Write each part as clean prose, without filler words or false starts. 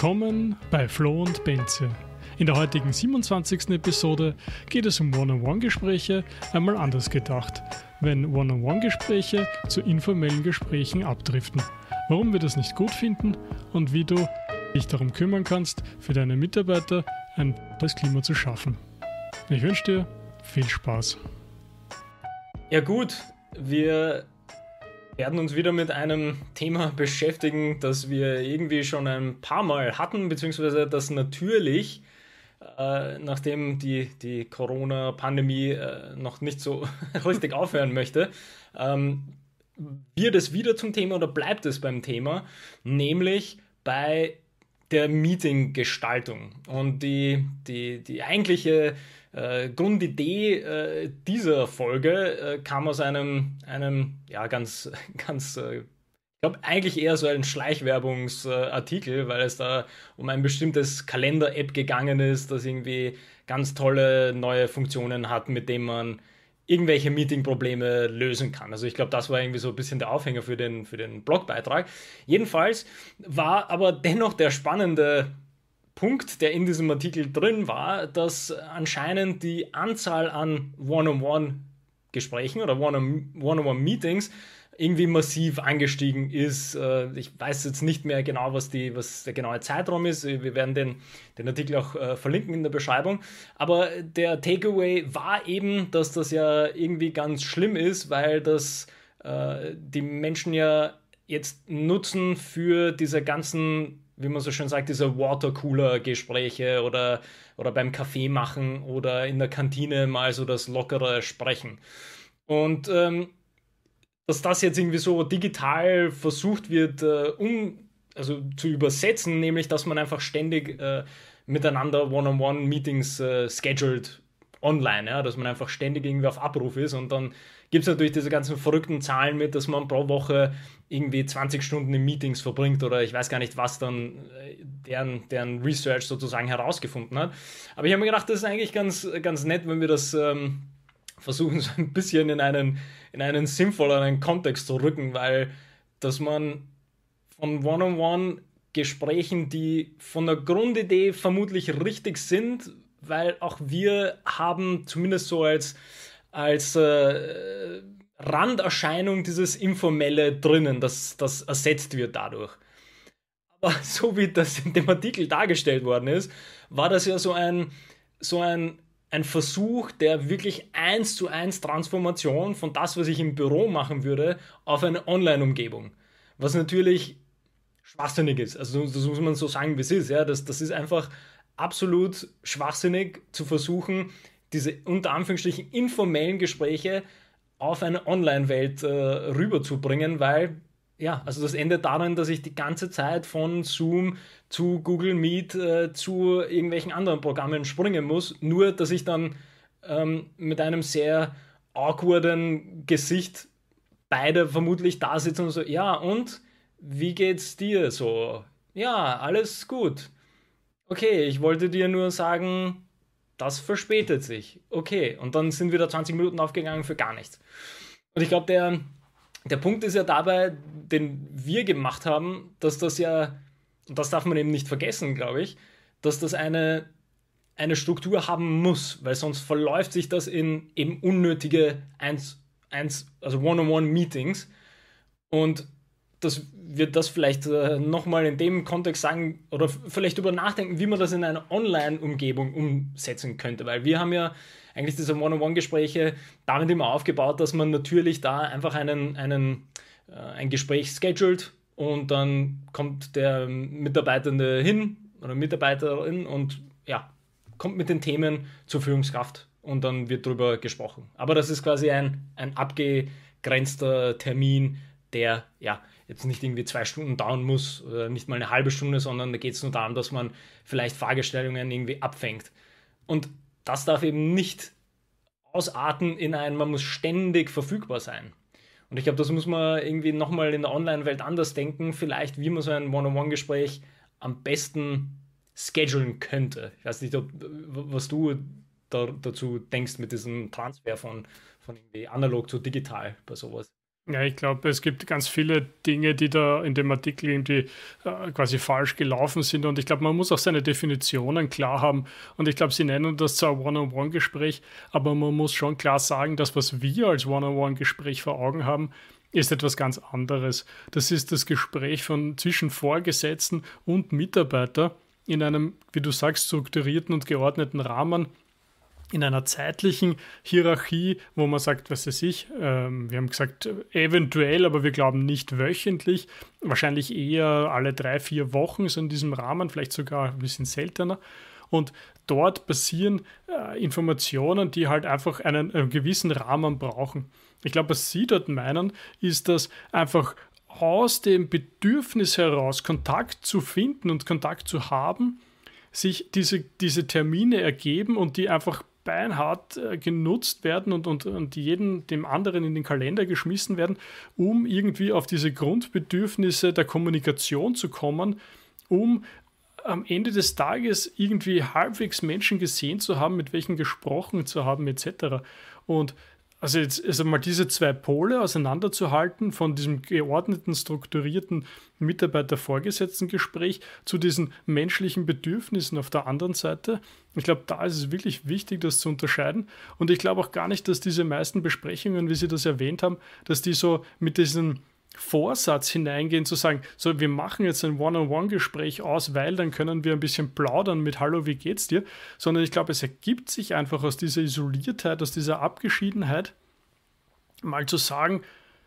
Willkommen bei Flo und Benze. In der heutigen 27. Episode geht es um One-on-One-Gespräche, einmal anders gedacht, wenn One-on-One-Gespräche zu informellen Gesprächen abdriften, warum wir das nicht gut finden und wie du dich darum kümmern kannst, für deine Mitarbeiter ein gutes Klima zu schaffen. Ich wünsche dir viel Spaß. Ja gut, wir werden uns wieder mit einem Thema beschäftigen, das wir irgendwie schon ein paar Mal hatten, beziehungsweise das natürlich, nachdem die Corona-Pandemie noch nicht so richtig aufhören möchte, wird es wieder zum Thema oder bleibt es beim Thema, nämlich bei der Meeting-Gestaltung. Und die eigentliche Grundidee dieser Folge kam aus einem ganz, ich glaube eigentlich eher so ein Schleichwerbungsartikel, weil es da um ein bestimmtes Kalender-App gegangen ist, das irgendwie ganz tolle neue Funktionen hat, mit denen man irgendwelche Meeting-Probleme lösen kann. Also ich glaube, das war irgendwie so ein bisschen der Aufhänger für den Blogbeitrag. Jedenfalls war aber dennoch der spannende Punkt, der in diesem Artikel drin war, dass anscheinend die Anzahl an One-on-One-Gesprächen oder One-on-One-Meetings irgendwie massiv angestiegen ist. Ich weiß jetzt nicht mehr genau, was der genaue Zeitraum ist. Wir werden den Artikel auch verlinken in der Beschreibung. Aber der Takeaway war eben, dass das ja irgendwie ganz schlimm ist, weil das die Menschen ja jetzt nutzen für diese ganzen, wie man so schön sagt, diese Watercooler-Gespräche oder beim Kaffee machen oder in der Kantine mal so das lockere Sprechen. Und dass das jetzt irgendwie so digital versucht wird, zu übersetzen, nämlich dass man einfach ständig miteinander One-on-One-Meetings scheduled online, ja, dass man einfach ständig irgendwie auf Abruf ist, und dann gibt es natürlich diese ganzen verrückten Zahlen mit, dass man pro Woche irgendwie 20 Stunden in Meetings verbringt oder ich weiß gar nicht, was dann deren Research sozusagen herausgefunden hat. Aber ich habe mir gedacht, das ist eigentlich ganz, ganz nett, wenn wir das versuchen, so ein bisschen in einen sinnvolleren Kontext zu rücken, weil dass man von One-on-One-Gesprächen, die von der Grundidee vermutlich richtig sind, weil auch wir haben zumindest so als Randerscheinung dieses Informelle drinnen, das ersetzt wird dadurch. Aber so wie das in dem Artikel dargestellt worden ist, war das ja so ein Versuch der wirklich 1:1 Transformation von das, was ich im Büro machen würde, auf eine Online-Umgebung. Was natürlich schwachsinnig ist. Also das muss man so sagen, wie es ist. Ja? Das ist einfach absolut schwachsinnig zu versuchen, diese unter Anführungsstrichen informellen Gespräche auf eine Online-Welt rüberzubringen, weil ja, also das endet darin, dass ich die ganze Zeit von Zoom zu Google Meet zu irgendwelchen anderen Programmen springen muss, nur dass ich dann mit einem sehr awkwarden Gesicht beide vermutlich da sitzen und so, ja, und wie geht's dir so? Ja, alles gut. Okay, ich wollte dir nur sagen, das verspätet sich. Okay, und dann sind wieder 20 Minuten aufgegangen für gar nichts. Und ich glaube, der Punkt ist ja dabei, den wir gemacht haben, dass das ja, und das darf man eben nicht vergessen, glaube ich, dass das eine Struktur haben muss, weil sonst verläuft sich das in eben unnötige also One-on-One-Meetings. Und dass wir das vielleicht nochmal in dem Kontext sagen oder vielleicht über nachdenken, wie man das in einer Online-Umgebung umsetzen könnte. Weil wir haben ja eigentlich diese One-on-One-Gespräche damit immer aufgebaut, dass man natürlich da einfach ein Gespräch schedult und dann kommt der Mitarbeitende hin oder Mitarbeiterin und ja, kommt mit den Themen zur Führungskraft und dann wird darüber gesprochen. Aber das ist quasi ein abgegrenzter Termin, der ja jetzt nicht irgendwie 2 Stunden dauern muss, oder nicht mal eine halbe Stunde, sondern da geht es nur darum, dass man vielleicht Fragestellungen irgendwie abfängt. Und das darf eben nicht ausarten in man muss ständig verfügbar sein. Und ich glaube, das muss man irgendwie nochmal in der Online-Welt anders denken, vielleicht wie man so ein One-on-One-Gespräch am besten schedulen könnte. Ich weiß nicht, was du dazu denkst mit diesem Transfer von irgendwie analog zu digital bei sowas. Ja, ich glaube, es gibt ganz viele Dinge, die da in dem Artikel irgendwie quasi falsch gelaufen sind. Und ich glaube, man muss auch seine Definitionen klar haben. Und ich glaube, sie nennen das zwar One-on-One-Gespräch, aber man muss schon klar sagen, dass was wir als One-on-One-Gespräch vor Augen haben, ist etwas ganz anderes. Das ist das Gespräch zwischen Vorgesetzten und Mitarbeiter in einem, wie du sagst, strukturierten und geordneten Rahmen, in einer zeitlichen Hierarchie, wo man sagt, was weiß ich, wir haben gesagt, eventuell, aber wir glauben nicht wöchentlich, wahrscheinlich eher alle 3-4 Wochen, so in diesem Rahmen, vielleicht sogar ein bisschen seltener. Und dort passieren Informationen, die halt einfach einen gewissen Rahmen brauchen. Ich glaube, was Sie dort meinen, ist, dass einfach aus dem Bedürfnis heraus Kontakt zu finden und Kontakt zu haben, sich diese Termine ergeben und die einfach beinhart genutzt werden und dem anderen in den Kalender geschmissen werden, um irgendwie auf diese Grundbedürfnisse der Kommunikation zu kommen, um am Ende des Tages irgendwie halbwegs Menschen gesehen zu haben, mit welchen gesprochen zu haben, etc. Und also jetzt also mal diese zwei Pole auseinanderzuhalten, von diesem geordneten, strukturierten Mitarbeiter-Vorgesetzten-Gespräch zu diesen menschlichen Bedürfnissen auf der anderen Seite. Ich glaube, da ist es wirklich wichtig, das zu unterscheiden. Und ich glaube auch gar nicht, dass diese meisten Besprechungen, wie Sie das erwähnt haben, dass die so mit diesem Vorsatz hineingehen, zu sagen, so, wir machen jetzt ein One-on-One-Gespräch aus, weil dann können wir ein bisschen plaudern mit Hallo, wie geht's dir? Sondern ich glaube, es ergibt sich einfach aus dieser Isoliertheit, aus dieser Abgeschiedenheit, mal zu sagen,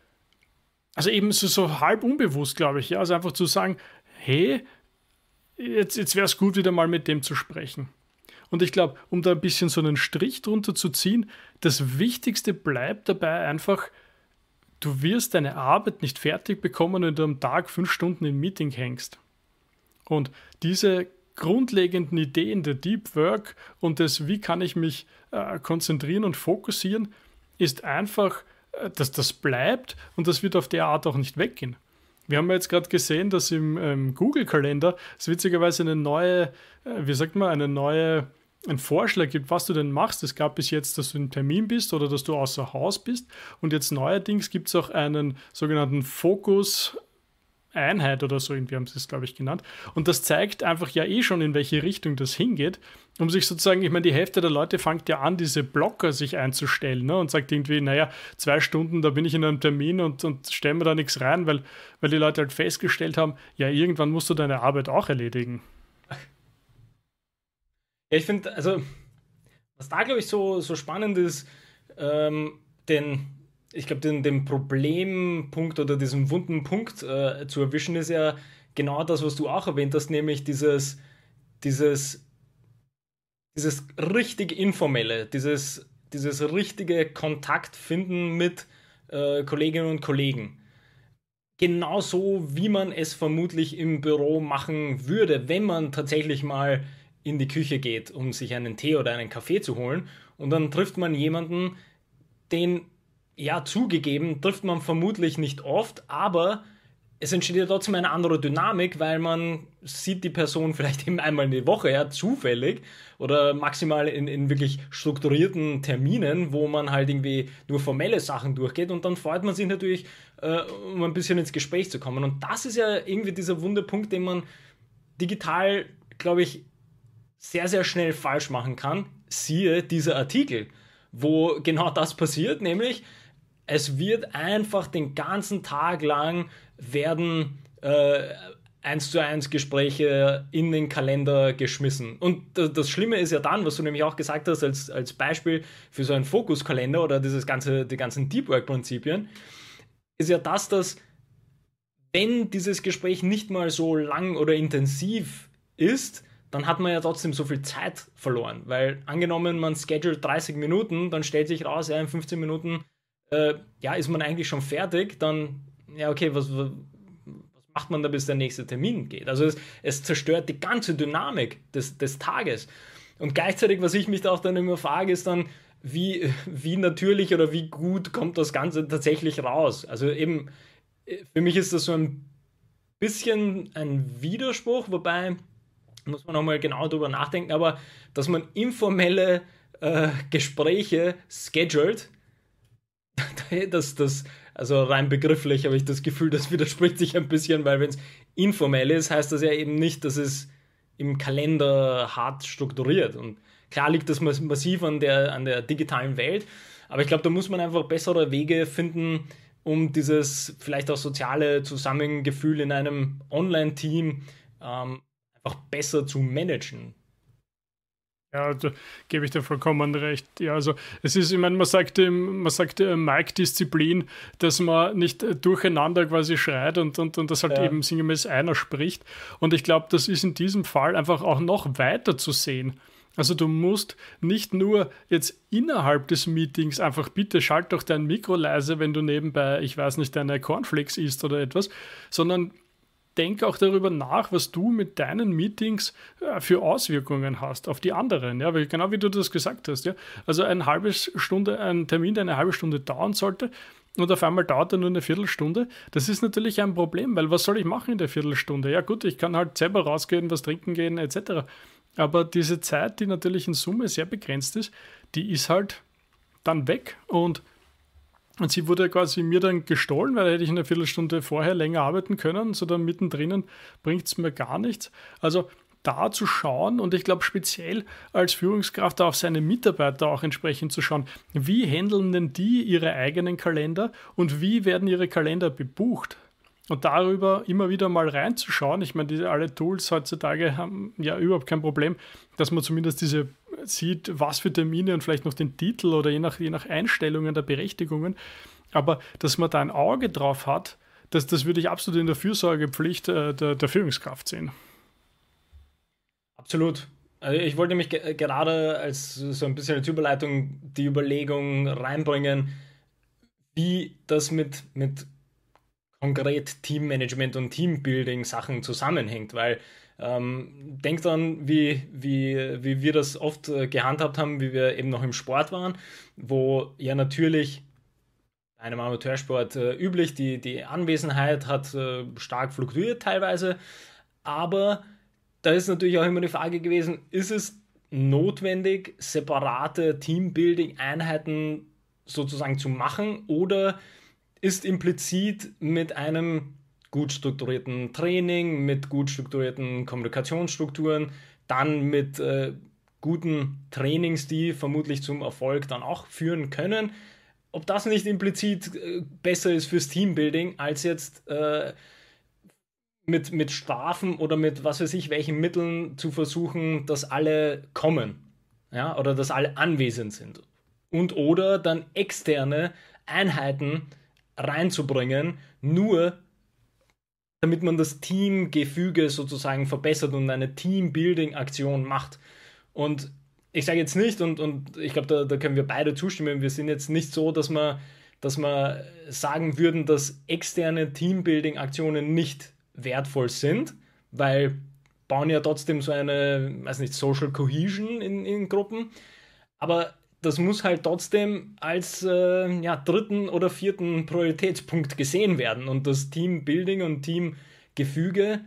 also eben so halb unbewusst, glaube ich, ja, also einfach zu sagen, hey, jetzt wäre es gut, wieder mal mit dem zu sprechen. Und ich glaube, um da ein bisschen so einen Strich drunter zu ziehen, das Wichtigste bleibt dabei einfach, du wirst deine Arbeit nicht fertig bekommen, wenn du am Tag 5 Stunden im Meeting hängst. Und diese grundlegenden Ideen der Deep Work und des, wie kann ich mich konzentrieren und fokussieren, ist einfach, dass das bleibt und das wird auf der Art auch nicht weggehen. Wir haben jetzt gerade gesehen, dass im Google-Kalender es witzigerweise einen Vorschlag gibt, was du denn machst. Es gab bis jetzt, dass du im Termin bist oder dass du außer Haus bist. Und jetzt neuerdings gibt es auch einen sogenannten Fokus-Einheit oder so, irgendwie haben sie es, glaube ich, genannt. Und das zeigt einfach ja schon, in welche Richtung das hingeht, um sich sozusagen, ich meine, die Hälfte der Leute fängt ja an, diese Blocker sich einzustellen, ne, und sagt irgendwie, naja, 2 Stunden, da bin ich in einem Termin und stellen wir da nichts rein, weil die Leute halt festgestellt haben, ja, irgendwann musst du deine Arbeit auch erledigen. Ja, ich finde, also, was da, glaube ich, so spannend ist, den Problempunkt oder diesen wunden Punkt zu erwischen, ist ja genau das, was du auch erwähnt hast, nämlich dieses richtig Informelle, dieses richtige Kontakt finden mit Kolleginnen und Kollegen. Genauso, wie man es vermutlich im Büro machen würde, wenn man tatsächlich mal in die Küche geht, um sich einen Tee oder einen Kaffee zu holen, und dann trifft man jemanden, den, ja, zugegeben, trifft man vermutlich nicht oft, aber es entsteht ja trotzdem eine andere Dynamik, weil man sieht die Person vielleicht eben einmal in die Woche, ja, zufällig oder maximal in wirklich strukturierten Terminen, wo man halt irgendwie nur formelle Sachen durchgeht, und dann freut man sich natürlich, um ein bisschen ins Gespräch zu kommen. Und das ist ja irgendwie dieser Wunderpunkt, den man digital, glaube ich, sehr, sehr schnell falsch machen kann. Siehe dieser Artikel, wo genau das passiert, nämlich es wird einfach den ganzen Tag lang werden 1:1 Gespräche in den Kalender geschmissen. Und das Schlimme ist ja dann, was du nämlich auch gesagt hast, als Beispiel für so einen Fokuskalender oder die ganzen Deep Work-Prinzipien, ist ja das, dass wenn dieses Gespräch nicht mal so lang oder intensiv ist, dann hat man ja trotzdem so viel Zeit verloren. Weil angenommen, man schedult 30 Minuten, dann stellt sich raus, ja, in 15 Minuten ist man eigentlich schon fertig, dann, ja, okay, was macht man da, bis der nächste Termin geht? Also es zerstört die ganze Dynamik des Tages. Und gleichzeitig, was ich mich da auch dann immer frage, ist dann, wie natürlich oder wie gut kommt das Ganze tatsächlich raus? Also eben, für mich ist das so ein bisschen ein Widerspruch, wobei muss man nochmal genau drüber nachdenken, aber dass man informelle Gespräche schedult, das Also rein begrifflich habe ich das Gefühl, das widerspricht sich ein bisschen, weil wenn es informell ist, heißt das ja eben nicht, dass es im Kalender hart strukturiert. Und klar liegt das massiv an der digitalen Welt, aber ich glaube, da muss man einfach bessere Wege finden, um dieses vielleicht auch soziale Zusammengefühl in einem Online-Team einfach besser zu managen. Ja, da gebe ich dir vollkommen recht. Ja, also es ist, ich meine, man sagt Mic-Disziplin, dass man nicht durcheinander quasi schreit und das halt eben sinngemäß einer spricht. Und ich glaube, das ist in diesem Fall einfach auch noch weiter zu sehen. Also du musst nicht nur jetzt innerhalb des Meetings einfach, bitte schalt doch dein Mikro leise, wenn du nebenbei, ich weiß nicht, deine Cornflakes isst oder etwas, sondern denk auch darüber nach, was du mit deinen Meetings für Auswirkungen hast auf die anderen. Ja, weil genau wie du das gesagt hast. Ja? Also ein Termin, der eine halbe Stunde dauern sollte und auf einmal dauert er nur eine Viertelstunde. Das ist natürlich ein Problem, weil was soll ich machen in der Viertelstunde? Ja gut, ich kann halt selber rausgehen, was trinken gehen etc. Aber diese Zeit, die natürlich in Summe sehr begrenzt ist, die ist halt dann weg und sie wurde quasi mir dann gestohlen, weil da hätte ich eine Viertelstunde vorher länger arbeiten können, so dann mittendrin bringt es mir gar nichts. Also da zu schauen und ich glaube speziell als Führungskraft auf seine Mitarbeiter auch entsprechend zu schauen, wie handeln denn die ihre eigenen Kalender und wie werden ihre Kalender bebucht? Und darüber immer wieder mal reinzuschauen, ich meine, alle Tools heutzutage haben ja überhaupt kein Problem, dass man zumindest diese sieht, was für Termine und vielleicht noch den Titel oder je nach Einstellungen der Berechtigungen, aber dass man da ein Auge drauf hat, das würde ich absolut in der Fürsorgepflicht der Führungskraft sehen. Absolut. Also ich wollte mich gerade als so ein bisschen als Überleitung die Überlegung reinbringen, wie das mit konkret Teammanagement und Teambuilding-Sachen zusammenhängt, weil denk dran, wie wir das oft gehandhabt haben, wie wir eben noch im Sport waren, wo ja natürlich bei einem Amateursport üblich, die Anwesenheit hat stark fluktuiert teilweise, aber da ist natürlich auch immer die Frage gewesen, ist es notwendig, separate Teambuilding-Einheiten sozusagen zu machen oder ist implizit mit einem gut strukturierten Training, mit gut strukturierten Kommunikationsstrukturen, dann mit guten Trainings, die vermutlich zum Erfolg dann auch führen können. Ob das nicht implizit besser ist fürs Teambuilding, als jetzt mit Strafen oder mit was weiß ich welchen Mitteln zu versuchen, dass alle kommen, ja, oder dass alle anwesend sind. Und oder dann externe Einheiten reinzubringen, nur damit man das Teamgefüge sozusagen verbessert und eine Teambuilding-Aktion macht. Und ich sage jetzt nicht, und ich glaube, da können wir beide zustimmen, wir sind jetzt nicht so, dass wir sagen würden, dass externe Teambuilding-Aktionen nicht wertvoll sind, weil bauen ja trotzdem so eine, weiß nicht, Social Cohesion in Gruppen, aber das muss halt trotzdem als dritten oder vierten Prioritätspunkt gesehen werden. Und das Teambuilding und Teamgefüge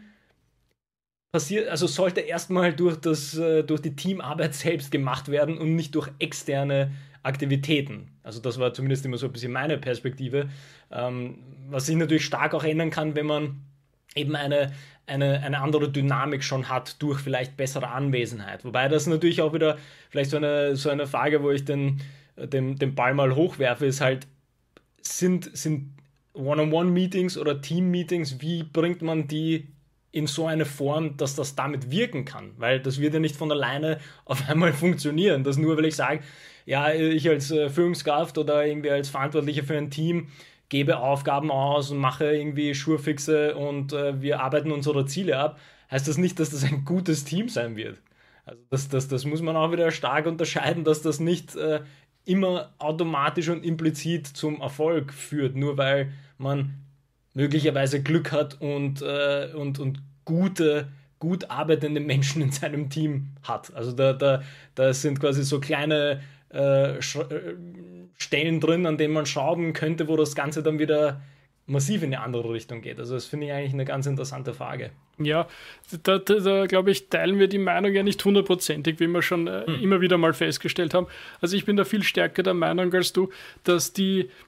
sollte erstmal durch die Teamarbeit selbst gemacht werden und nicht durch externe Aktivitäten. Also das war zumindest immer so ein bisschen meine Perspektive, was sich natürlich stark auch ändern kann, wenn man eben eine andere Dynamik schon hat durch vielleicht bessere Anwesenheit. Wobei das natürlich auch wieder vielleicht so eine Frage, wo ich den Ball mal hochwerfe, ist halt, sind One-on-One-Meetings oder Team-Meetings, wie bringt man die in so eine Form, dass das damit wirken kann? Weil das wird ja nicht von alleine auf einmal funktionieren. Das nur, weil ich sage, ja, ich als Führungskraft oder irgendwie als Verantwortlicher für ein Team gebe Aufgaben aus und mache irgendwie Schurfixe und wir arbeiten unsere Ziele ab, heißt das nicht, dass das ein gutes Team sein wird. Also das muss man auch wieder stark unterscheiden, dass das nicht immer automatisch und implizit zum Erfolg führt, nur weil man möglicherweise Glück hat und gut arbeitende Menschen in seinem Team hat. Also da sind quasi so kleine Stellen drin, an denen man schrauben könnte, wo das Ganze dann wieder massiv in eine andere Richtung geht. Also das finde ich eigentlich eine ganz interessante Frage. Ja, da glaube ich, teilen wir die Meinung ja nicht hundertprozentig, wie wir schon immer wieder mal festgestellt haben. Also ich bin da viel stärker der Meinung als du, dass die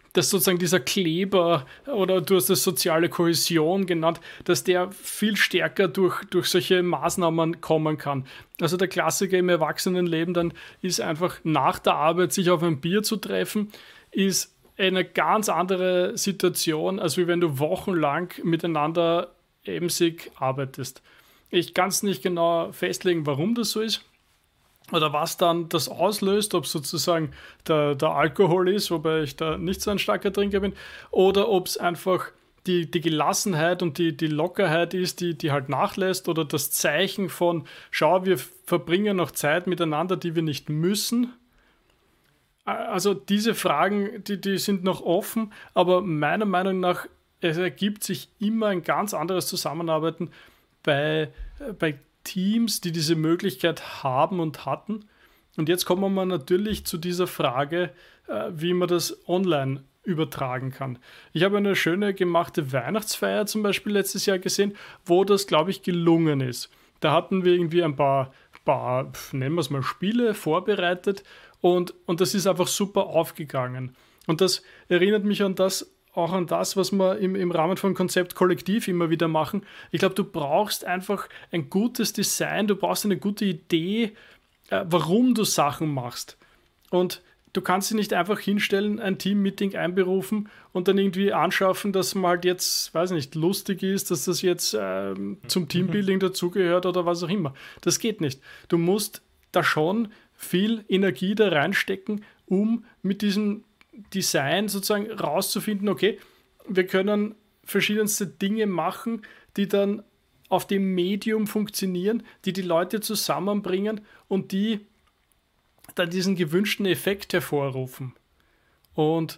dass sozusagen dieser Kleber oder du hast das soziale Kohäsion genannt, dass der viel stärker durch solche Maßnahmen kommen kann. Also der Klassiker im Erwachsenenleben dann ist einfach nach der Arbeit sich auf ein Bier zu treffen, ist eine ganz andere Situation, als wie wenn du wochenlang miteinander emsig arbeitest. Ich kann es nicht genau festlegen, warum das so ist oder was dann das auslöst, ob es sozusagen der Alkohol ist, wobei ich da nicht so ein starker Trinker bin, oder ob es einfach die Gelassenheit und die Lockerheit ist, die halt nachlässt, oder das Zeichen von, schau, wir verbringen noch Zeit miteinander, die wir nicht müssen. Also diese Fragen, die sind noch offen, aber meiner Meinung nach, es ergibt sich immer ein ganz anderes Zusammenarbeiten bei Teams, die diese Möglichkeit haben und hatten. Und jetzt kommen wir natürlich zu dieser Frage, wie man das online übertragen kann. Ich habe eine schöne gemachte Weihnachtsfeier zum Beispiel letztes Jahr gesehen, wo das, glaube ich, gelungen ist. Da hatten wir irgendwie ein paar nennen wir es mal, Spiele vorbereitet und das ist einfach super aufgegangen. Und das erinnert mich auch an das, was wir im Rahmen von Konzept Kollektiv immer wieder machen. Ich glaube, du brauchst einfach ein gutes Design, du brauchst eine gute Idee, warum du Sachen machst. Und du kannst sie nicht einfach hinstellen, ein Team-Meeting einberufen und dann irgendwie anschaffen, dass man halt jetzt, weiß nicht, lustig ist, dass das jetzt zum Teambuilding dazugehört oder was auch immer. Das geht nicht. Du musst da schon viel Energie da reinstecken, um mit diesem Design sozusagen rauszufinden, okay, wir können verschiedenste Dinge machen, die dann auf dem Medium funktionieren, die Leute zusammenbringen und die dann diesen gewünschten Effekt hervorrufen. Und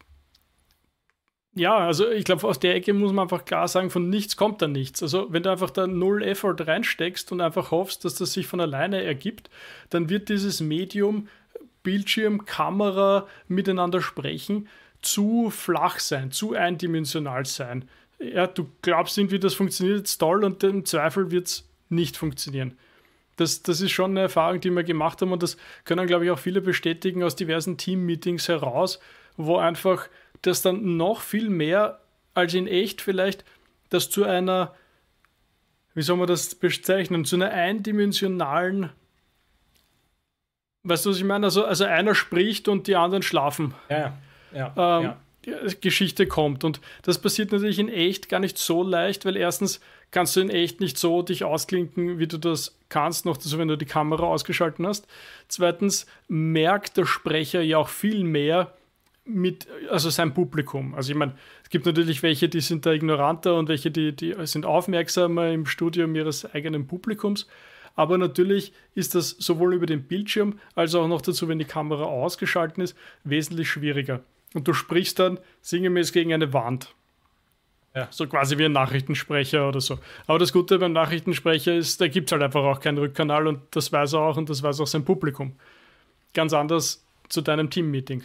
ja, also ich glaube, aus der Ecke muss man einfach klar sagen, von nichts kommt da nichts. Also wenn du einfach da null Effort reinsteckst und einfach hoffst, dass das sich von alleine ergibt, dann wird dieses Medium, Bildschirm, Kamera, miteinander sprechen, zu flach sein, zu eindimensional sein. Ja, du glaubst irgendwie, das funktioniert jetzt toll und im Zweifel wird es nicht funktionieren. Das ist schon eine Erfahrung, die wir gemacht haben und das können, glaube ich, auch viele bestätigen aus diversen Team-Meetings heraus, wo einfach das dann noch viel mehr als in echt vielleicht das zu einer, wie soll man das bezeichnen, zu einer eindimensionalen, weißt du, was ich meine? Also einer spricht und die anderen schlafen. Ja. Geschichte kommt. Und das passiert natürlich in echt gar nicht so leicht, weil erstens kannst du in echt nicht so dich ausklinken, wie du das kannst, noch dazu, wenn du die Kamera ausgeschalten hast. Zweitens merkt der Sprecher ja auch viel mehr also sein Publikum. Also ich meine, es gibt natürlich welche, die sind da ignoranter und welche, die sind aufmerksamer im Studium ihres eigenen Publikums. Aber natürlich ist das sowohl über den Bildschirm als auch noch dazu, wenn die Kamera ausgeschaltet ist, wesentlich schwieriger. Und du sprichst dann sinngemäß gegen eine Wand. Ja. So quasi wie ein Nachrichtensprecher oder so. Aber das Gute beim Nachrichtensprecher ist, da gibt es halt einfach auch keinen Rückkanal und das weiß er auch und das weiß auch sein Publikum. Ganz anders zu deinem Team-Meeting.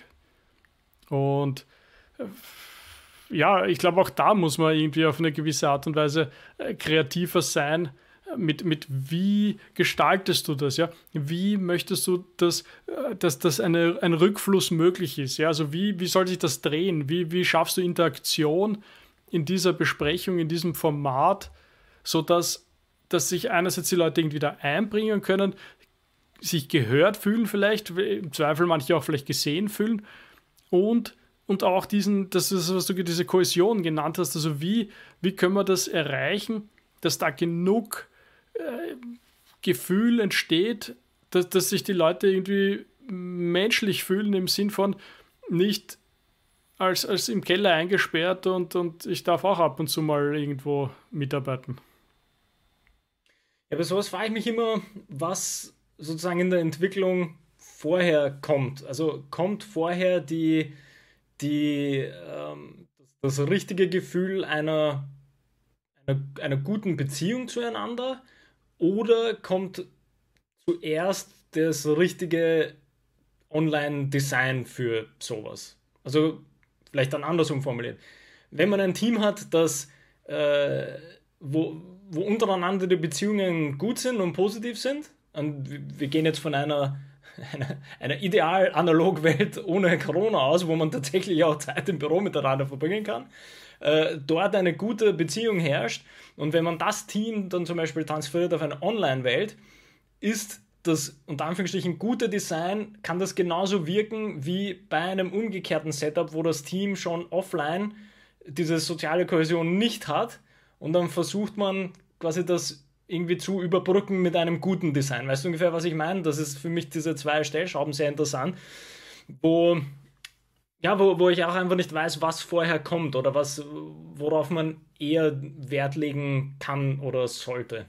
Und ja, ich glaube, auch da muss man irgendwie auf eine gewisse Art und Weise kreativer sein, mit wie gestaltest du das, ja? Wie möchtest du, dass ein Rückfluss möglich ist, ja? Also wie soll sich das drehen? Wie schaffst du Interaktion in dieser Besprechung, in diesem Format, sodass sich einerseits die Leute irgendwie da einbringen können, sich gehört fühlen vielleicht, im Zweifel manche auch vielleicht gesehen fühlen und auch das ist, was du diese Kohäsion genannt hast, also wie können wir das erreichen, dass da genug Gefühl entsteht, dass sich die Leute irgendwie menschlich fühlen im Sinn von nicht als im Keller eingesperrt und ich darf auch ab und zu mal irgendwo mitarbeiten. Ja, bei sowas frage ich mich immer, was sozusagen in der Entwicklung vorher kommt. Also kommt vorher das richtige Gefühl einer guten Beziehung zueinander oder kommt zuerst das richtige Online-Design für sowas? Also vielleicht dann andersrum formuliert. Wenn man ein Team hat, wo untereinander die Beziehungen gut sind und positiv sind, und wir gehen jetzt von einer einer ideal analog Welt ohne Corona aus, wo man tatsächlich auch Zeit im Büro miteinander verbringen kann, dort eine gute Beziehung herrscht. Und wenn man das Team dann zum Beispiel transferiert auf eine Online-Welt, ist das unter Anführungsstrichen gute Design, kann das genauso wirken wie bei einem umgekehrten Setup, wo das Team schon offline diese soziale Kohäsion nicht hat und dann versucht man quasi das irgendwie zu überbrücken mit einem guten Design. Weißt du ungefähr, was ich meine? Das ist für mich diese zwei Stellschrauben sehr interessant, wo ich auch einfach nicht weiß, was vorher kommt oder worauf man eher Wert legen kann oder sollte.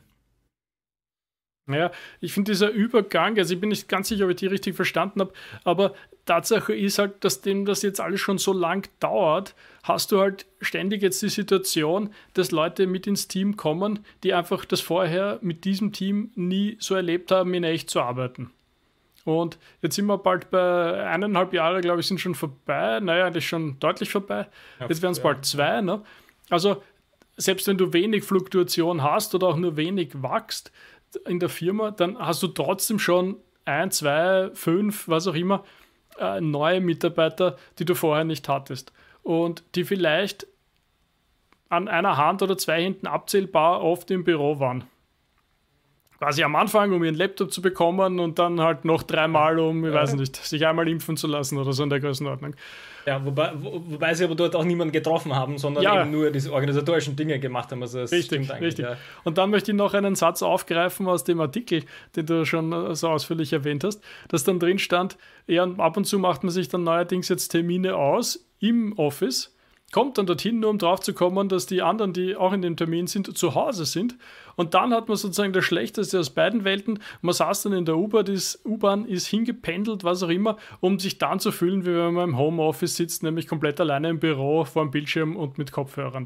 Naja, ich finde dieser Übergang, also ich bin nicht ganz sicher, ob ich die richtig verstanden habe, aber Tatsache ist halt, dass dem das jetzt alles schon so lang dauert, hast du halt ständig jetzt die Situation, dass Leute mit ins Team kommen, die einfach das vorher mit diesem Team nie so erlebt haben, in echt zu arbeiten. Und jetzt sind wir bald bei 1,5 Jahre, glaube ich, sind schon vorbei. Naja, das ist schon deutlich vorbei. Jetzt werden es bald 2. Ne? Also selbst wenn du wenig Fluktuation hast oder auch nur wenig wachst in der Firma, dann hast du trotzdem schon 1, 2, 5, was auch immer, neue Mitarbeiter, die du vorher nicht hattest. Und die vielleicht an einer Hand oder 2 Händen abzählbar oft im Büro waren. Quasi am Anfang, um ihren Laptop zu bekommen und dann halt noch 3-mal, um, ich weiß nicht, sich einmal impfen zu lassen oder so in der Größenordnung. Ja, wobei sie aber dort auch niemanden getroffen haben, sondern eben nur diese organisatorischen Dinge gemacht haben. Also das richtig. Ja. Und dann möchte ich noch einen Satz aufgreifen aus dem Artikel, den du schon so ausführlich erwähnt hast, dass dann drin stand, ja, ab und zu macht man sich dann neuerdings jetzt Termine aus im Office, kommt dann dorthin, nur um drauf zu kommen, dass die anderen, die auch in dem Termin sind, zu Hause sind. Und dann hat man sozusagen das Schlechteste aus beiden Welten. Man saß dann in der U-Bahn, ist hingependelt, was auch immer, um sich dann zu fühlen, wie wenn man im Homeoffice sitzt, nämlich komplett alleine im Büro, vor dem Bildschirm und mit Kopfhörern.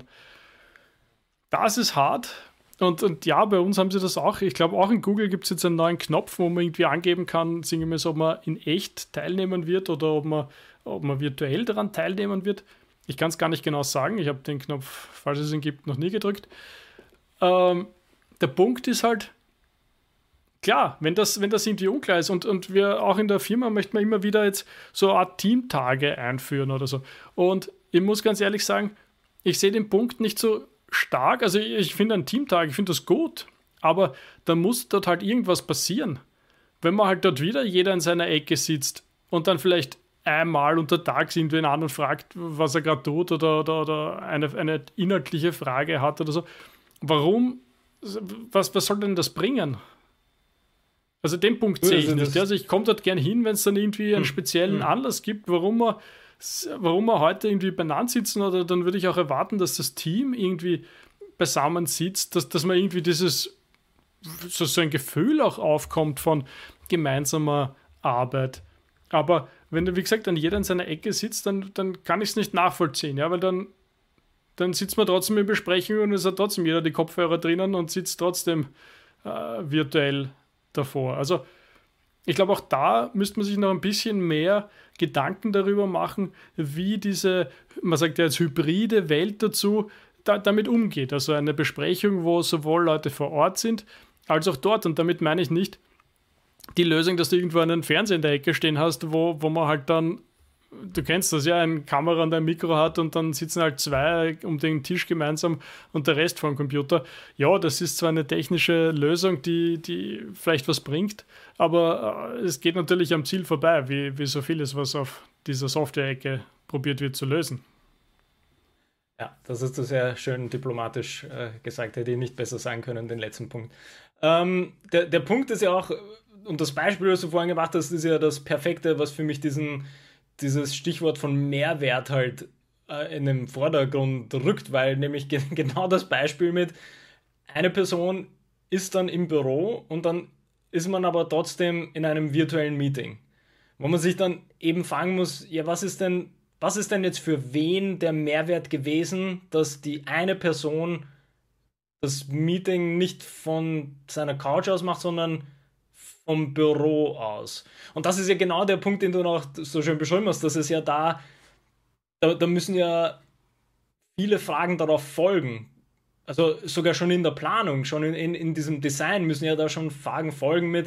Das ist hart. Und ja, bei uns haben sie das auch. Ich glaube, auch in Google gibt es jetzt einen neuen Knopf, wo man irgendwie angeben kann, sinngemäß, ob man in echt teilnehmen wird oder ob man virtuell daran teilnehmen wird. Ich kann es gar nicht genau sagen. Ich habe den Knopf, falls es ihn gibt, noch nie gedrückt. Der Punkt ist halt, klar, wenn das irgendwie unklar ist und wir auch in der Firma möchten wir immer wieder jetzt so eine Art Teamtage einführen oder so. Und ich muss ganz ehrlich sagen, ich sehe den Punkt nicht so stark. Also ich finde einen Teamtag, ich finde das gut, aber da muss dort halt irgendwas passieren. Wenn man halt dort wieder jeder in seiner Ecke sitzt und dann vielleicht einmal unter Tag irgendwen an und fragt, was er gerade tut oder eine inhaltliche Frage hat oder so. Warum? Was soll denn das bringen? Also den Punkt sehe ich nicht. Also ich komme dort gern hin, wenn es dann irgendwie einen speziellen Anlass gibt, warum wir heute irgendwie beieinander sitzen, oder dann würde ich auch erwarten, dass das Team irgendwie beisammen sitzt, dass man irgendwie dieses so ein Gefühl auch aufkommt von gemeinsamer Arbeit. Aber wenn, wie gesagt, dann jeder in seiner Ecke sitzt, dann kann ich es nicht nachvollziehen, ja, weil dann sitzt man trotzdem in Besprechungen und es hat trotzdem jeder die Kopfhörer drinnen und sitzt trotzdem virtuell davor. Also ich glaube, auch da müsste man sich noch ein bisschen mehr Gedanken darüber machen, wie diese, man sagt ja jetzt hybride Welt dazu, damit umgeht. Also eine Besprechung, wo sowohl Leute vor Ort sind, als auch dort. Und damit meine ich nicht die Lösung, dass du irgendwo einen Fernseher in der Ecke stehen hast, wo man halt dann, du kennst das ja, eine Kamera und ein Mikro hat und dann sitzen halt 2 um den Tisch gemeinsam und der Rest vor dem Computer. Ja, das ist zwar eine technische Lösung, die vielleicht was bringt, aber es geht natürlich am Ziel vorbei, wie so vieles, was auf dieser Software-Ecke probiert wird zu lösen. Ja, das hast du sehr schön diplomatisch gesagt, hätte ich nicht besser sagen können, den letzten Punkt. Der Punkt ist ja auch, und das Beispiel, das du vorhin gemacht hast, ist ja das Perfekte, was für mich dieses Stichwort von Mehrwert halt in den Vordergrund rückt, weil nämlich genau das Beispiel mit eine Person ist dann im Büro und dann ist man aber trotzdem in einem virtuellen Meeting, wo man sich dann eben fragen muss, ja, was ist denn jetzt für wen der Mehrwert gewesen, dass die eine Person das Meeting nicht von seiner Couch aus macht, sondern vom Büro aus. Und das ist ja genau der Punkt, den du noch so schön beschrieben hast, dass es ja da müssen ja viele Fragen darauf folgen. Also sogar schon in der Planung, schon in diesem Design müssen ja da schon Fragen folgen mit,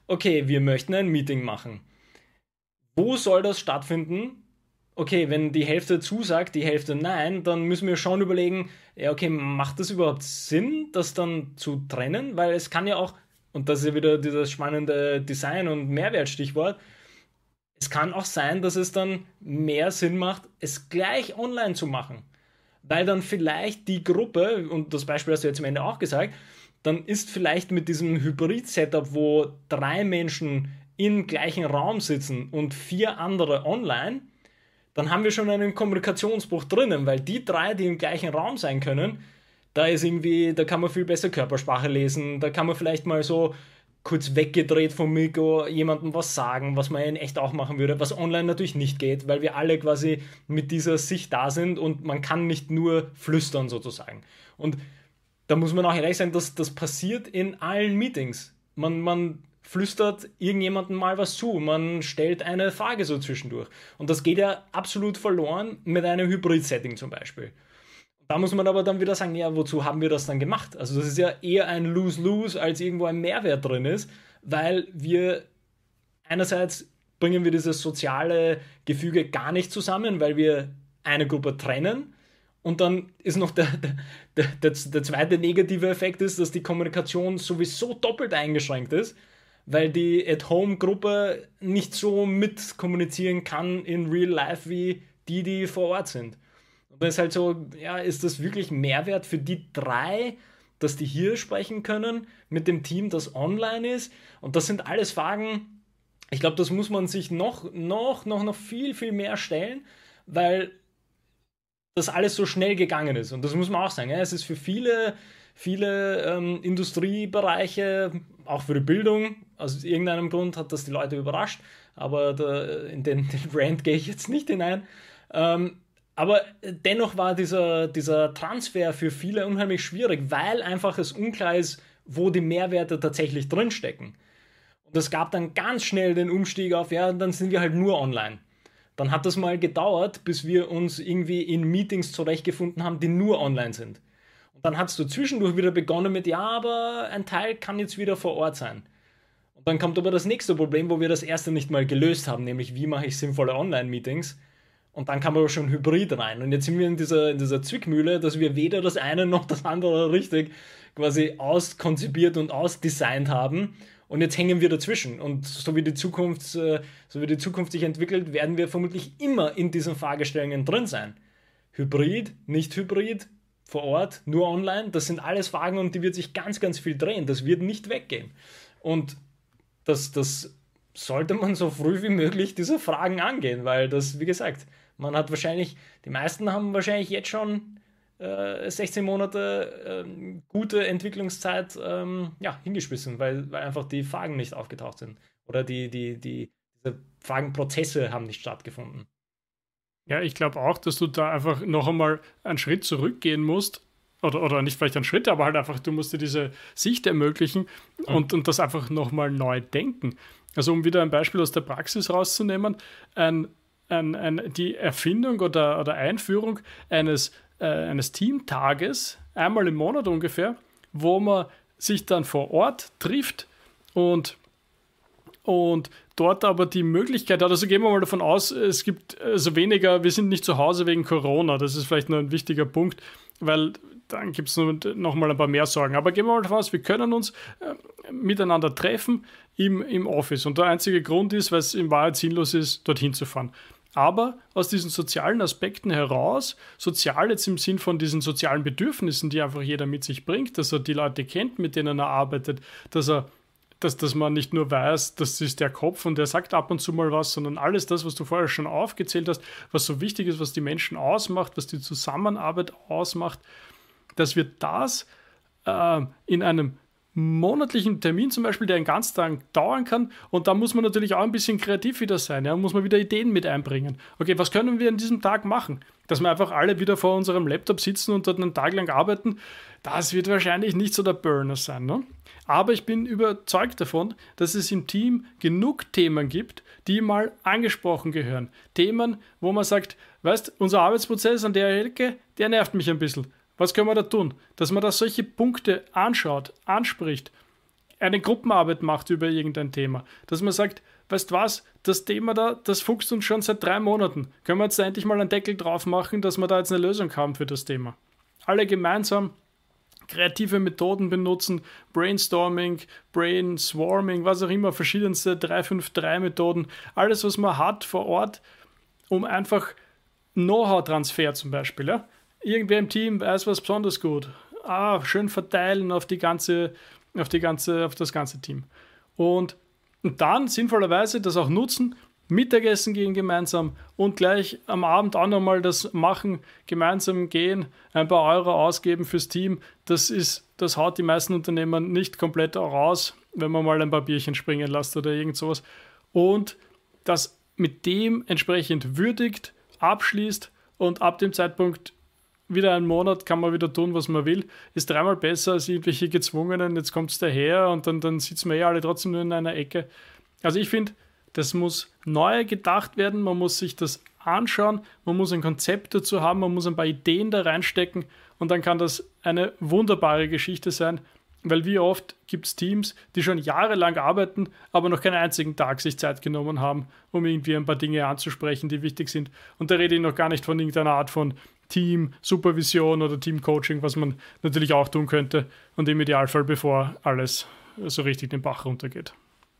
okay, wir möchten ein Meeting machen. Wo soll das stattfinden? Okay, wenn die Hälfte zusagt, die Hälfte nein, dann müssen wir schon überlegen, ja, okay, macht das überhaupt Sinn, das dann zu trennen? Weil es kann ja auch, und das ist ja wieder dieses spannende Design- und Mehrwertstichwort, es kann auch sein, dass es dann mehr Sinn macht, es gleich online zu machen. Weil dann vielleicht die Gruppe, und das Beispiel hast du jetzt am Ende auch gesagt, dann ist vielleicht mit diesem Hybrid-Setup, wo 3 Menschen im gleichen Raum sitzen und 4 andere online, dann haben wir schon einen Kommunikationsbruch drinnen, weil die 3, die im gleichen Raum sein können, da ist irgendwie, da kann man viel besser Körpersprache lesen, da kann man vielleicht mal so kurz weggedreht vom Mikro jemandem was sagen, was man in echt auch machen würde, was online natürlich nicht geht, weil wir alle quasi mit dieser Sicht da sind und man kann nicht nur flüstern sozusagen. Und da muss man auch ehrlich sein, dass das passiert in allen Meetings. Man flüstert irgendjemandem mal was zu, man stellt eine Frage so zwischendurch. Und das geht ja absolut verloren mit einem Hybrid-Setting zum Beispiel. Da muss man aber dann wieder sagen, ja, wozu haben wir das dann gemacht? Also das ist ja eher ein Lose-Lose, als irgendwo ein Mehrwert drin ist, weil wir einerseits bringen wir dieses soziale Gefüge gar nicht zusammen, weil wir eine Gruppe trennen. Und dann ist noch der zweite negative Effekt ist, dass die Kommunikation sowieso doppelt eingeschränkt ist, weil die At-Home-Gruppe nicht so mitkommunizieren kann in Real Life wie die vor Ort sind. Und dann ist halt so, ja, ist das wirklich Mehrwert für die 3, dass die hier sprechen können mit dem Team, das online ist? Und das sind alles Fragen, ich glaube, das muss man sich noch viel, viel mehr stellen, weil das alles so schnell gegangen ist. Und das muss man auch sagen. Ja, es ist für viele Industriebereiche, auch für die Bildung, aus irgendeinem Grund hat das die Leute überrascht, aber in den Rant gehe ich jetzt nicht hinein. Aber dennoch war dieser Transfer für viele unheimlich schwierig, weil einfach es unklar ist, wo die Mehrwerte tatsächlich drinstecken. Und es gab dann ganz schnell den Umstieg auf, ja, dann sind wir halt nur online. Dann hat das mal gedauert, bis wir uns irgendwie in Meetings zurechtgefunden haben, die nur online sind. Und dann hast du zwischendurch wieder begonnen mit, ja, aber ein Teil kann jetzt wieder vor Ort sein. Und dann kommt aber das nächste Problem, wo wir das erste nicht mal gelöst haben, nämlich wie mache ich sinnvolle Online-Meetings. Und dann kam aber schon Hybrid rein. Und jetzt sind wir in dieser Zwickmühle, dass wir weder das eine noch das andere richtig quasi auskonzipiert und ausdesignt haben. Und jetzt hängen wir dazwischen. Und so wie die Zukunft sich entwickelt, werden wir vermutlich immer in diesen Fragestellungen drin sein. Hybrid, nicht Hybrid, vor Ort, nur online, das sind alles Fragen, um die wird sich ganz, ganz viel drehen. Das wird nicht weggehen. Und das sollte man so früh wie möglich diese Fragen angehen, weil das, wie gesagt, die meisten haben wahrscheinlich jetzt schon 16 Monate gute Entwicklungszeit hingeschmissen, weil einfach die Fragen nicht aufgetaucht sind. Oder diese Fragenprozesse haben nicht stattgefunden. Ja, ich glaube auch, dass du da einfach noch einmal einen Schritt zurückgehen musst. Oder nicht vielleicht einen Schritt, aber halt einfach, du musst dir diese Sicht ermöglichen und das einfach nochmal neu denken. Also um wieder ein Beispiel aus der Praxis rauszunehmen, die Erfindung oder Einführung eines Teamtages, einmal im Monat ungefähr, wo man sich dann vor Ort trifft und dort aber die Möglichkeit hat, also gehen wir mal davon aus, es gibt also weniger, wir sind nicht zu Hause wegen Corona, das ist vielleicht nur ein wichtiger Punkt, weil dann gibt es noch mal ein paar mehr Sorgen. Aber gehen wir mal davon aus, wir können uns miteinander treffen im Office. Und der einzige Grund ist, weil es in Wahrheit sinnlos ist, dorthin zu fahren. Aber aus diesen sozialen Aspekten heraus, sozial jetzt im Sinn von diesen sozialen Bedürfnissen, die einfach jeder mit sich bringt, dass er die Leute kennt, mit denen er arbeitet, dass man nicht nur weiß, das ist der Kopf und der sagt ab und zu mal was, sondern alles das, was du vorher schon aufgezählt hast, was so wichtig ist, was die Menschen ausmacht, was die Zusammenarbeit ausmacht, dass wir das in einem monatlichen Termin zum Beispiel, der einen ganzen Tag dauern kann, und da muss man natürlich auch ein bisschen kreativ wieder sein, ja, muss man wieder Ideen mit einbringen. Okay, was können wir an diesem Tag machen? Dass wir einfach alle wieder vor unserem Laptop sitzen und dort einen Tag lang arbeiten, das wird wahrscheinlich nicht so der Burner sein, ne? Aber ich bin überzeugt davon, dass es im Team genug Themen gibt, die mal angesprochen gehören. Themen, wo man sagt, weißt, unser Arbeitsprozess an der Ecke, der nervt mich ein bisschen. Was können wir da tun? Dass man da solche Punkte anschaut, anspricht, eine Gruppenarbeit macht über irgendein Thema. Dass man sagt, weißt du was, das Thema da, das fuchst uns schon seit 3 Monaten. Können wir jetzt da endlich mal einen Deckel drauf machen, dass wir da jetzt eine Lösung haben für das Thema. Alle gemeinsam kreative Methoden benutzen, Brainstorming, Brainswarming, was auch immer, verschiedenste 3-5-3-Methoden, alles, was man hat vor Ort, um einfach Know-how-Transfer zum Beispiel. Ja? Irgendwer im Team weiß was besonders gut. Schön verteilen auf das ganze Team. Und dann sinnvollerweise das auch nutzen, Mittagessen gehen gemeinsam und gleich am Abend auch nochmal das machen, gemeinsam gehen, ein paar Euro ausgeben fürs Team. Das haut die meisten Unternehmer nicht komplett raus, wenn man mal ein paar Bierchen springen lässt oder irgend sowas. Und das mit dem entsprechend würdigt, abschließt und ab dem Zeitpunkt wieder einen Monat kann man wieder tun, was man will, ist 3-mal besser als irgendwelche gezwungenen, jetzt kommt es daher und dann sitzen wir alle trotzdem nur in einer Ecke. Also ich finde, das muss neu gedacht werden, man muss sich das anschauen, man muss ein Konzept dazu haben, man muss ein paar Ideen da reinstecken und dann kann das eine wunderbare Geschichte sein, weil wie oft gibt es Teams, die schon jahrelang arbeiten, aber noch keinen einzigen Tag sich Zeit genommen haben, um irgendwie ein paar Dinge anzusprechen, die wichtig sind. Und da rede ich noch gar nicht von irgendeiner Art von Team-Supervision oder Team-Coaching, was man natürlich auch tun könnte und im Idealfall, bevor alles so richtig den Bach runtergeht.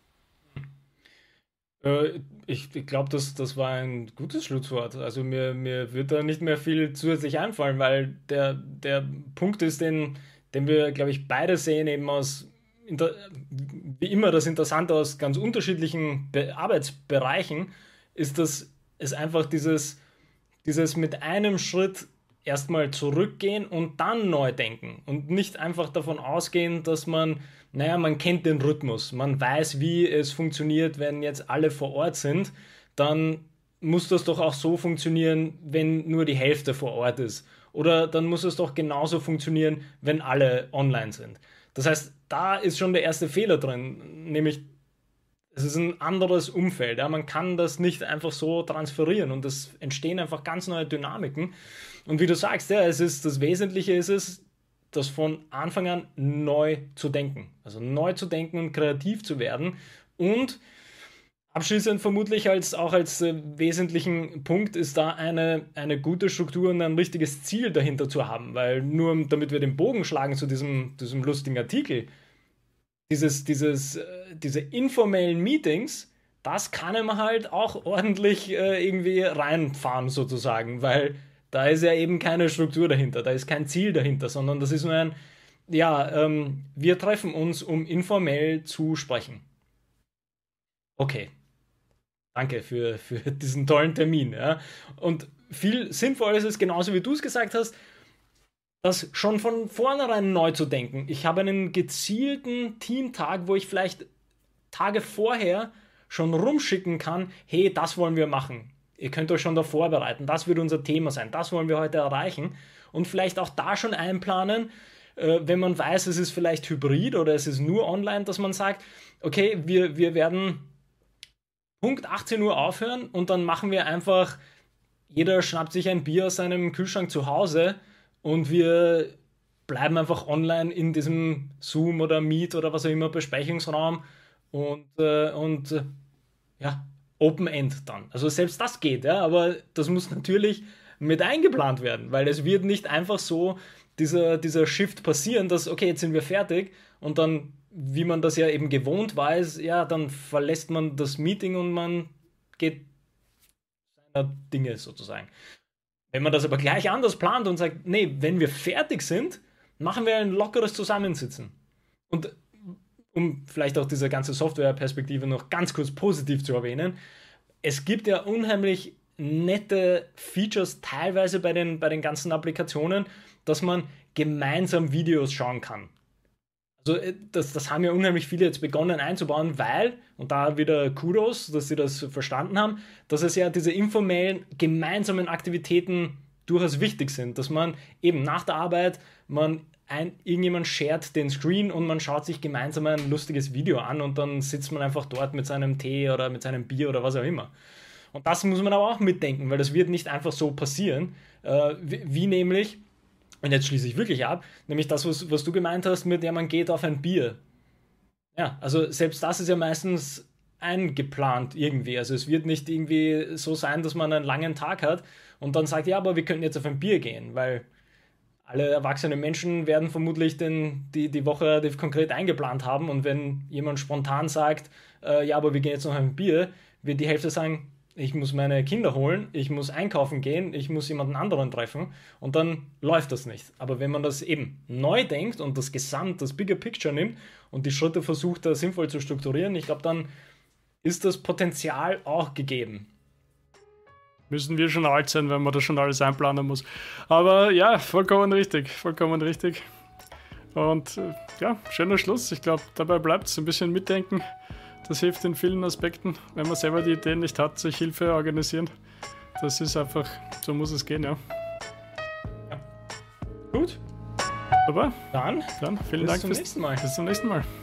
Ich glaube, das war ein gutes Schlusswort. Also mir wird da nicht mehr viel zusätzlich einfallen, weil der Punkt ist, den wir, glaube ich, beide sehen, eben wie immer das Interessante aus ganz unterschiedlichen Arbeitsbereichen, ist, dass es einfach dieses mit einem Schritt erstmal zurückgehen und dann neu denken und nicht einfach davon ausgehen, dass man kennt den Rhythmus, man weiß, wie es funktioniert, wenn jetzt alle vor Ort sind, dann muss das doch auch so funktionieren, wenn nur die Hälfte vor Ort ist. Oder dann muss es doch genauso funktionieren, wenn alle online sind. Das heißt, da ist schon der erste Fehler drin, nämlich es ist ein anderes Umfeld. Ja? Man kann das nicht einfach so transferieren und es entstehen einfach ganz neue Dynamiken. Und wie du sagst, ja, das Wesentliche ist es, das von Anfang an neu zu denken. Also neu zu denken und kreativ zu werden. Und abschließend vermutlich als wesentlichen Punkt ist da eine gute Struktur und ein richtiges Ziel dahinter zu haben. Weil nur damit wir den Bogen schlagen zu diesem lustigen Artikel, diese informellen Meetings, das kann man halt auch ordentlich irgendwie reinfahren sozusagen, weil da ist ja eben keine Struktur dahinter, da ist kein Ziel dahinter, sondern das ist nur wir treffen uns, um informell zu sprechen. Okay, danke für diesen tollen Termin. Ja. Und viel sinnvoller ist es, genauso wie du es gesagt hast, das schon von vornherein neu zu denken. Ich habe einen gezielten Teamtag, wo ich vielleicht Tage vorher schon rumschicken kann, hey, das wollen wir machen. Ihr könnt euch schon da vorbereiten, das wird unser Thema sein, das wollen wir heute erreichen. Und vielleicht auch da schon einplanen, wenn man weiß, es ist vielleicht hybrid oder es ist nur online, dass man sagt, okay, wir werden Punkt 18 Uhr aufhören und dann machen wir einfach, jeder schnappt sich ein Bier aus seinem Kühlschrank zu Hause und wir bleiben einfach online in diesem Zoom oder Meet oder was auch immer Besprechungsraum und Open End dann. Also selbst das geht, ja, aber das muss natürlich mit eingeplant werden, weil es wird nicht einfach so dieser Shift passieren, dass, okay, jetzt sind wir fertig und dann, wie man das ja eben gewohnt weiß, ja, dann verlässt man das Meeting und man geht seiner Dinge sozusagen. Wenn man das aber gleich anders plant und sagt, nee, wenn wir fertig sind, machen wir ein lockeres Zusammensitzen. Und um vielleicht auch diese ganze Software-Perspektive noch ganz kurz positiv zu erwähnen, es gibt ja unheimlich nette Features teilweise bei den ganzen Applikationen, dass man gemeinsam Videos schauen kann. Also das haben ja unheimlich viele jetzt begonnen einzubauen, weil, und da wieder Kudos, dass sie das verstanden haben, dass es ja diese informellen gemeinsamen Aktivitäten durchaus wichtig sind, dass man eben nach der Arbeit, irgendjemand shared den Screen und man schaut sich gemeinsam ein lustiges Video an und dann sitzt man einfach dort mit seinem Tee oder mit seinem Bier oder was auch immer. Und das muss man aber auch mitdenken, weil das wird nicht einfach so passieren, wie nämlich, und jetzt schließe ich wirklich ab, nämlich das, was du gemeint hast mit, ja, man geht auf ein Bier. Ja, also selbst das ist ja meistens eingeplant irgendwie. Also es wird nicht irgendwie so sein, dass man einen langen Tag hat und dann sagt, ja, aber wir könnten jetzt auf ein Bier gehen, weil alle erwachsenen Menschen werden vermutlich die Woche relativ konkret eingeplant haben und wenn jemand spontan sagt, ja, aber wir gehen jetzt noch ein Bier, wird die Hälfte sagen, ich muss meine Kinder holen, ich muss einkaufen gehen, ich muss jemanden anderen treffen und dann läuft das nicht. Aber wenn man das eben neu denkt und das Bigger Picture nimmt und die Schritte versucht, da sinnvoll zu strukturieren, ich glaube, dann ist das Potenzial auch gegeben. Müssen wir schon alt sein, wenn man das schon alles einplanen muss. Aber ja, vollkommen richtig, vollkommen richtig. Und ja, schöner Schluss. Ich glaube, dabei bleibt es ein bisschen mitdenken. Das hilft in vielen Aspekten, wenn man selber die Ideen nicht hat, sich Hilfe organisieren. Das ist einfach, so muss es gehen, ja. Gut. Aber dann vielen Dank bis zum nächsten Mal. Bis zum nächsten Mal.